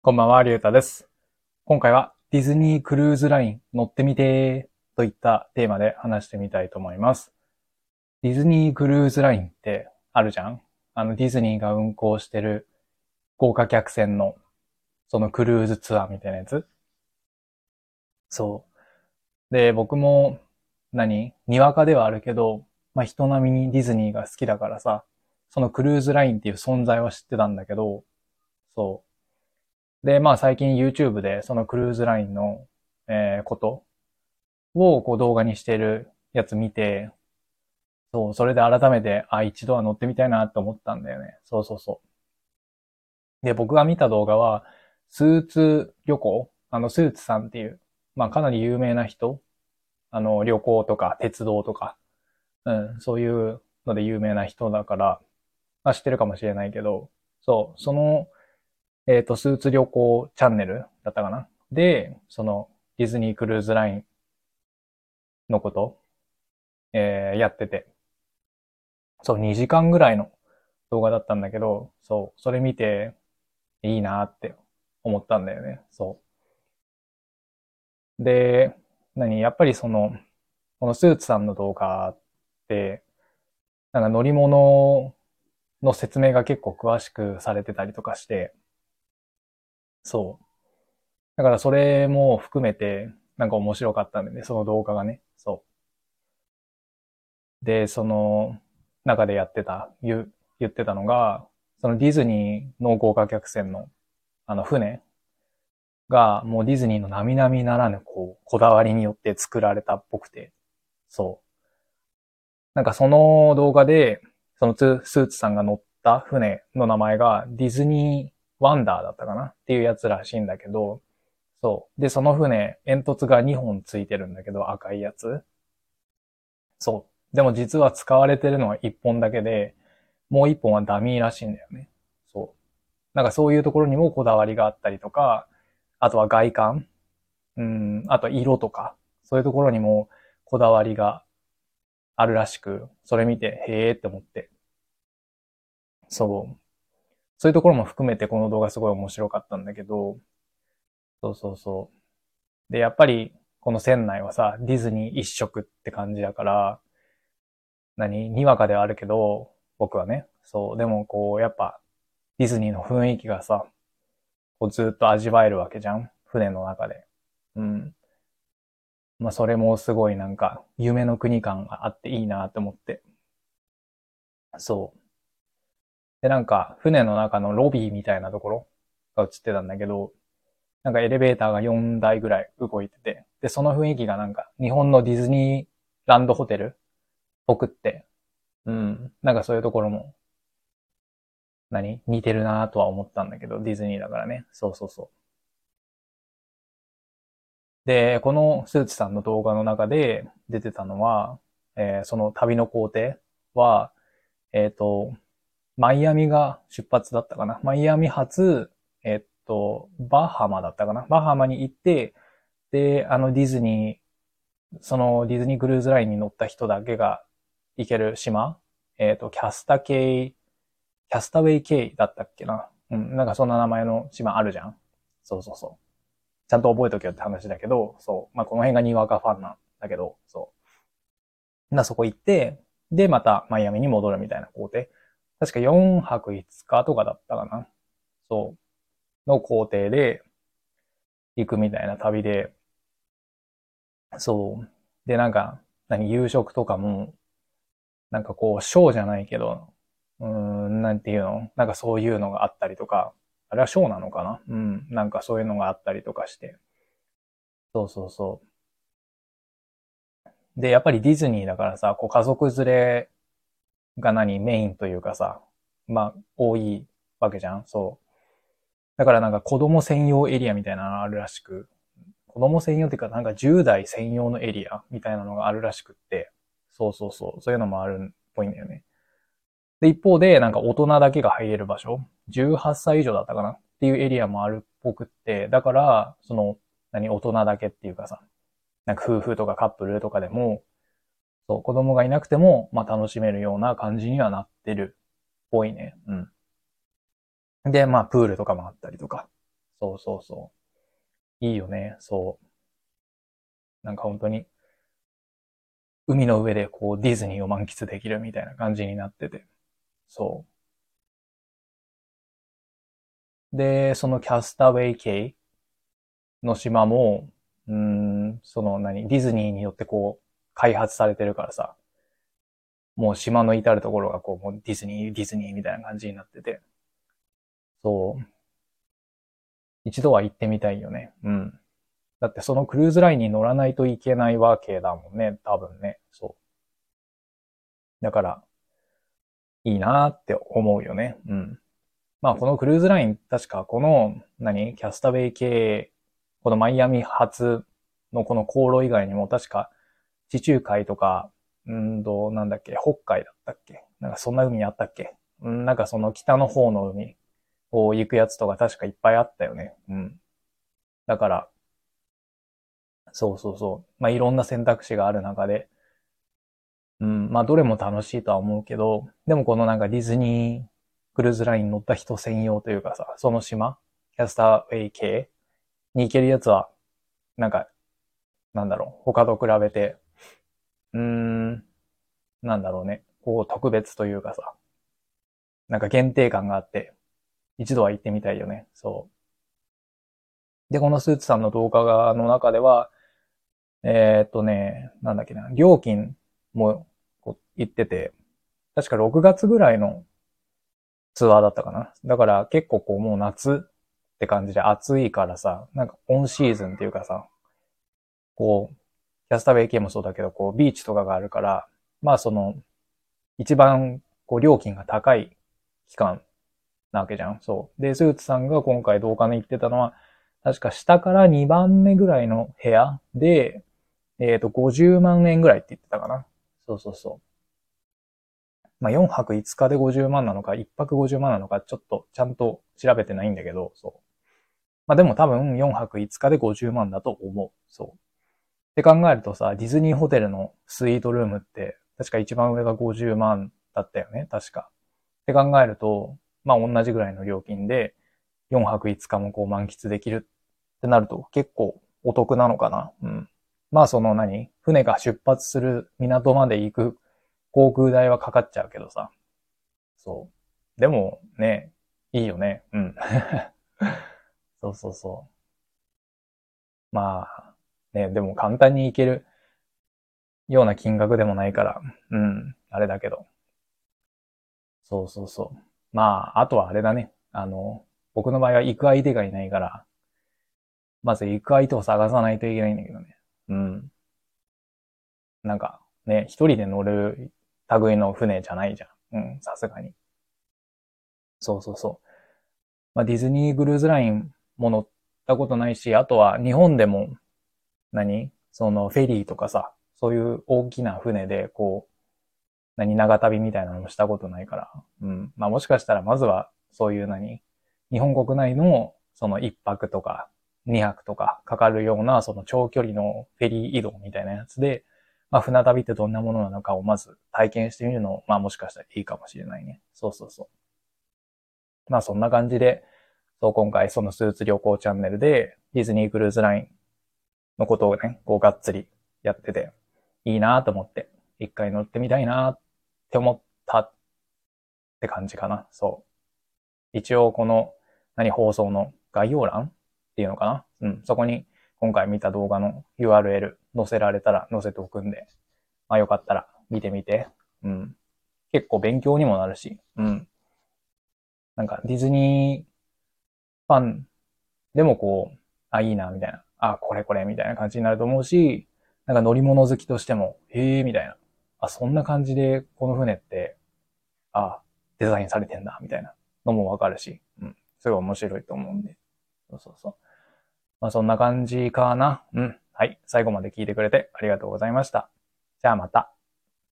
こんばんは、りゅうたです。今回はディズニークルーズライン乗ってみてといったテーマで話してみたいと思います。ディズニークルーズラインってあるじゃん。ディズニーが運行してる豪華客船のそのクルーズツアーみたいなやつ。そう。で、僕もにわかではあるけど、まあ人並みにディズニーが好きだからさ、そのクルーズラインっていう存在は知ってたんだけど、そう。で、まあ最近 YouTube でそのクルーズラインの、ことをこう動画にしてるやつ見て、そう、それで改めて、一度は乗ってみたいなって思ったんだよね。そうそうそう。で、僕が見た動画は、スーツ旅行スーツさんっていう、まあかなり有名な人、旅行とか鉄道とか、そういうので有名な人だから、まあ知ってるかもしれないけど、そう、その、スーツ旅行チャンネルだったかなで、その、ディズニークルーズラインのこと、やってて、そう、2時間ぐらいの動画だったんだけど、そう、それ見ていいなって思ったんだよね。そう。で、やっぱりこのスーツさんの動画って、なんか乗り物の説明が結構詳しくされてたりとかして、そう。だからそれも含めて、なんか面白かったんだよね、その動画がね。そう。で、その中で言ってたのが、そのディズニーの豪華客船の船が、もうディズニーの並々ならぬ、こだわりによって作られたっぽくて、そう。なんかその動画で、そのスーツさんが乗った船の名前がディズニーワンダーだったかなっていうやつらしいんだけど、そう。で、その船、煙突が2本ついてるんだけど、赤いやつ。そう。でも実は使われてるのは1本だけで、もう1本はダミーらしいんだよね。そう。なんかそういうところにもこだわりがあったりとか、あとは外観、あと色とか、そういうところにもこだわりがあるらしく、それ見て、へーって思って。そう。そういうところも含めてこの動画すごい面白かったんだけど、そうそうそう。で、やっぱり、この船内はさ、ディズニー一色って感じだから、にわかではあるけど、僕はね。そう。でもやっぱ、ディズニーの雰囲気がさ、ずっと味わえるわけじゃん船の中で。うん。まあ、それもすごいなんか、夢の国感があっていいなって思って。そう。で、なんか、船の中のロビーみたいなところが映ってたんだけど、なんかエレベーターが4台ぐらい動いてて、で、その雰囲気がなんか、日本のディズニーランドホテルっぽくって、なんかそういうところも、似てるなとは思ったんだけど、ディズニーだからね。そうそうそう。で、このスーツさんの動画の中で出てたのは、その旅の工程は、えっと、マイアミが出発だったかな。マイアミ発、バハマだったかな。バハマに行って、で、そのディズニークルーズラインに乗った人だけが行ける島、キャスタウェイケイだったっけな。なんかそんな名前の島あるじゃん。そうそうそう。ちゃんと覚えとけよって話だけど、そう。まあ、この辺がにわかファンなんだけど、そう。そこ行って、で、またマイアミに戻るみたいな工程。確か4泊5日とかだったかな。そう。の工程で行くみたいな旅で、そう。で、なんか、夕食とかも、なんかショーじゃないけど、なんていうのなんかそういうのがあったりとか、あれはショーなのかななんかそういうのがあったりとかして。そうそうそう。で、やっぱりディズニーだからさ、家族連れがメインというかさ、まあ、多いわけじゃんそう。だからなんか子供専用エリアみたいなのがあるらしく、子供専用っていうかなんか10代専用のエリアみたいなのがあるらしくって、そうそうそう、そういうのもあるっぽいんだよね。で、一方でなんか大人だけが入れる場所、18歳以上だったかなっていうエリアもあるっぽくって、だから、大人だけっていうかさ、なんか夫婦とかカップルとかでも、そう、子供がいなくても、まあ楽しめるような感じにはなってるっぽいね。うん。で、まあプールとかもあったりとか。 そうそうそう。いいよね。そう。なんか本当に、海の上でこうディズニーを満喫できるみたいな感じになってて。そう。で、そのキャスタウェイ系の島も、そのディズニーによってこう、開発されてるからさ、もう島の至るところがこう、もうディズニー、ディズニーみたいな感じになってて、そう、一度は行ってみたいよね。うん。だってそのクルーズラインに乗らないといけないわけだもんね、多分ね。そう。だから、いいなーって思うよね。うん。まあ、このクルーズライン、確かこの、キャスタウェイ系、このマイアミ発のこの航路以外にも確か地中海とか、なんだっけ、北海だったっけ、なんかそんな海あったっけ、なんかその北の方の海を行くやつとか確かいっぱいあったよね。うん。だから、そうそうそう。まあいろんな選択肢がある中で、うん、まあどれも楽しいとは思うけど、でもこのなんかディズニークルーズライン乗った人専用というかさ、その島、キャスターウェイ系に行けるやつは、なんか、なんだろう、他と比べて、うーん、なんだろうね、こう特別というかさ、なんか限定感があって、一度は行ってみたいよね。そう。で、このスーツさんの動画の中では、なんだっけな、料金もこう言ってて、確か6月ぐらいのツアーだったかな。だから結構こうもう夏って感じで暑いからさ、なんかオンシーズンっていうかさ、こう、キャスターウェイ系もそうだけど、こうビーチとかがあるから、まあその、一番こう料金が高い期間なわけじゃん。そう。で、スーツさんが今回動画で言ってたのは、確か下から2番目ぐらいの部屋で、50万円ぐらいって言ってたかな。そうそうそう。まあ、4泊5日で50万なのか、1泊50万なのか、ちょっとちゃんと調べてないんだけど、そう。まあ、でも多分4泊5日で50万だと思う。そう。って考えるとさ、ディズニーホテルのスイートルームって、確か一番上が50万だったよね、確か。って考えると、まあ同じぐらいの料金で4泊5日もこう満喫できるってなると結構お得なのかな。うん。まあその船が出発する港まで行く航空代はかかっちゃうけどさ。そう。でもね、いいよね。うん。そうそうそう。まあ、ね、でも簡単に行けるような金額でもないから、うん、あれだけど。そうそうそう。まあ、あとはあれだね。僕の場合は行く相手がいないから、まず行く相手を探さないといけないんだけどね。うん。なんか、ね、一人で乗る類の船じゃないじゃん。うん、さすがに。そうそうそう。まあ、ディズニークルーズラインも乗ったことないし、あとは日本でもそのフェリーとかさ、そういう大きな船で、こう、長旅みたいなのもしたことないから、うん。まあもしかしたらまずは、そういう日本国内の、その一泊とか、二泊とかかかるような、その長距離のフェリー移動みたいなやつで、まあ船旅ってどんなものなのかをまず体験してみるの、まあもしかしたらいいかもしれないね。そうそうそう。まあそんな感じで、そう今回そのスーツ旅行チャンネルでディズニークルーズラインのことをね、こうがっつりやってて、いいなと思って、一回乗ってみたいなって思ったって感じかな。そう。一応この、放送の概要欄っていうのかな。うん。そこに今回見た動画の URL 載せられたら載せておくんで、まあよかったら見てみて。うん。結構勉強にもなるし、うん。なんかディズニーファンでもこう、あ、いいな、みたいな。あ、これこれ、みたいな感じになると思うし、なんか乗り物好きとしても、へえ、みたいな。あ、そんな感じで、この船って、あ、デザインされてんだ、みたいなのもわかるし、うん。すごい面白いと思うんで。そうそうそう。まあそんな感じかな。うん。はい。最後まで聞いてくれてありがとうございました。じゃあまた。